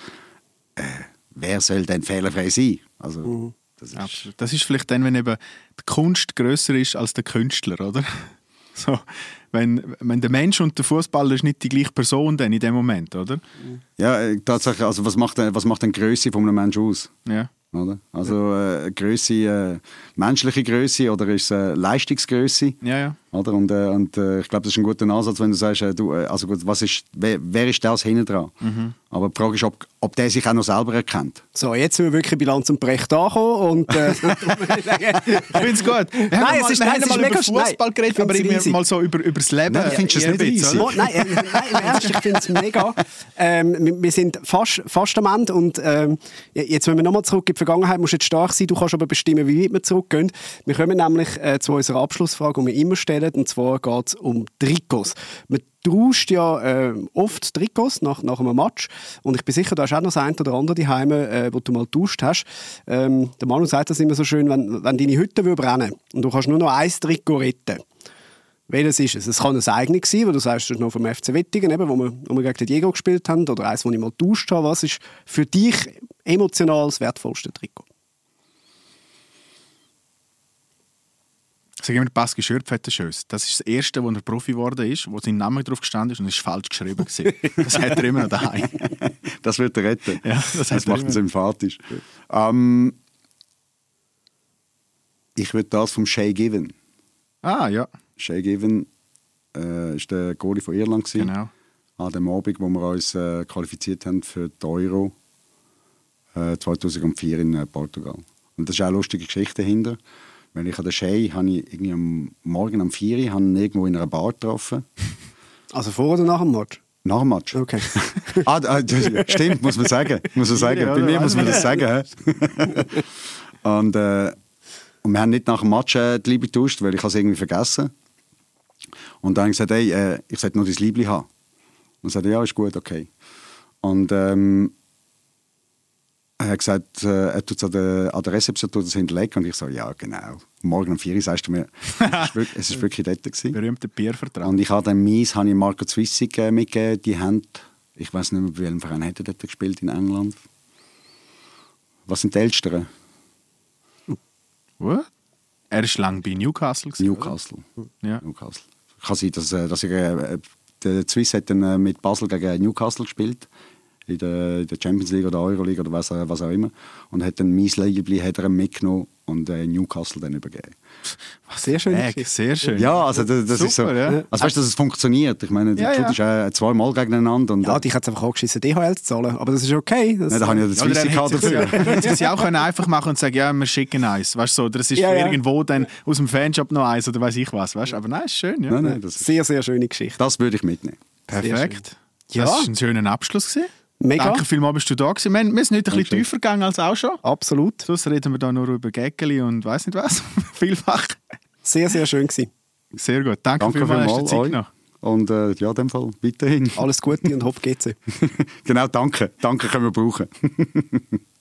wer soll denn fehlerfrei sein? Also, das ist vielleicht dann, wenn eben die Kunst grösser ist als der Künstler, oder? So, wenn der Mensch und der Fußballer ist nicht die gleiche Person dann in dem Moment, oder? Ja, tatsächlich. Also was macht denn die Grösse von einem Menschen aus? Ja. Oder? Also Grösse, menschliche Grösse oder ist es Leistungsgrösse? Ja. Oder? Und ich glaube, das ist ein guter Ansatz, wenn du sagst, also gut, wer ist das hinten dran? Aber die Frage ist, ob der sich auch noch selber erkennt. So, jetzt sind wir wirklich Bilanz und Brecht angekommen. Und, ich finde es gut. Wir haben mal über Fußball geredet, aber irgendwie mal so über das Leben. Nein, findest du es nicht easy? Nein, im Ernst, ich finde es mega. Wir sind fast am Ende und jetzt, wenn wir nochmal zurück in die Vergangenheit, musst du jetzt stark sein, du kannst aber bestimmen, wie weit wir zurückgehen. Wir kommen nämlich zu unserer Abschlussfrage, die wir immer stellen, und zwar geht es um Trikots. Man tauscht ja oft Trikots nach einem Match und ich bin sicher, du hast auch noch das eine oder andere daheim, wo du mal getauscht hast. Der Manu sagt das immer so schön, wenn deine Hütte brennen und du kannst nur noch ein Trikot retten. Welches ist es? Es kann ein eigenes sein, weil du sagst, das ist noch vom FC Wettingen, eben, wo wir gegen den Diego gespielt haben, oder eins, das ich mal getauscht habe. Was ist für dich emotional das wertvollste Trikot? Sag immer, Baski Schürpf hat ein schönes. Das ist das erste, wo er Profi geworden ist, wo sein Name drauf gestanden ist und es war falsch geschrieben. Das hat er immer noch daheim. Das wird er retten. Ja, das macht ihn sympathisch. Ich würde das vom Shay Given. Ah, ja. Shay Given war der Goalie von Irland. Genau. An dem Abend, wo wir uns qualifiziert haben für die Euro 2004 in Portugal. Und das ist auch eine lustige Geschichte dahinter. Weil ich an den Shay habe ich irgendwie am Morgen um 4 Uhr irgendwo in einer Bar getroffen. Also vor oder nach dem Match? Nach dem Match. Okay. Stimmt, muss man sagen. Bei mir muss man das sagen. Und Und wir haben nicht nach dem Match die Liebe getauscht, weil ich es irgendwie vergessen. Und dann habe ich gesagt, hey, ich sollte nur dein Liebli haben. Und er sagte, ja, ist gut, okay. Und er hat gesagt, er tut es an der Rezeption hinterlegen. Und ich so, ja, genau. Morgen um 4 Uhr sagst du mir, es war wirklich dort gewesen. Berühmter Biervertrag. Und ich habe dann mies, habe ich Marco Zwissig mitgegeben, die Hand. Ich weiß nicht mehr, bei welchem Verein hat er dort gespielt in England. Was sind die Älteren? What? Er war lange bei Newcastle. Newcastle. Ja. Newcastle. Kann sein, dass der Swiss hat dann mit Basel gegen Newcastle gespielt. In der Champions League oder Euroleague oder was auch immer. Und hat dann mein Liebli mitgenommen und Newcastle dann übergeben. Sehr schön. Sehr schön. Ja, also das Super, ist so. Ja. Also weißt du, dass es funktioniert. Ich meine, die Club ist 2-mal gegeneinander. Und, Ja, dich hat es einfach angeschissen, DHL zu zahlen. Aber das ist okay. Das, nein, da habe ich ja den Ja, oder Swissi dann dafür. hätte sie auch können einfach machen und sagen, ja, wir schicken eins. Weißt du, so, das ist Ja, für ja. irgendwo dann aus dem Fanshop noch eins oder weiß ich was. Weißt? Aber nein, ist schön. Ja. Nein, das, sehr, sehr schöne Geschichte. das würde ich mitnehmen. Perfekt. Ja. Das war ein schöner Abschluss. Gewesen. Mega. Danke vielmals, bist du da gewesen. Wir sind heute ein bisschen tiefer gegangen als auch schon. Absolut. Sonst reden wir da nur über Gäckeli und weiss nicht was. Vielfach. Sehr, sehr schön gewesen. Sehr gut. Danke Danke vielmals, hast du vielmals Zeit euch. noch. Und ja, in dem Fall weiterhin. Alles Gute und hopp geht's. Genau, danke. Danke können wir brauchen.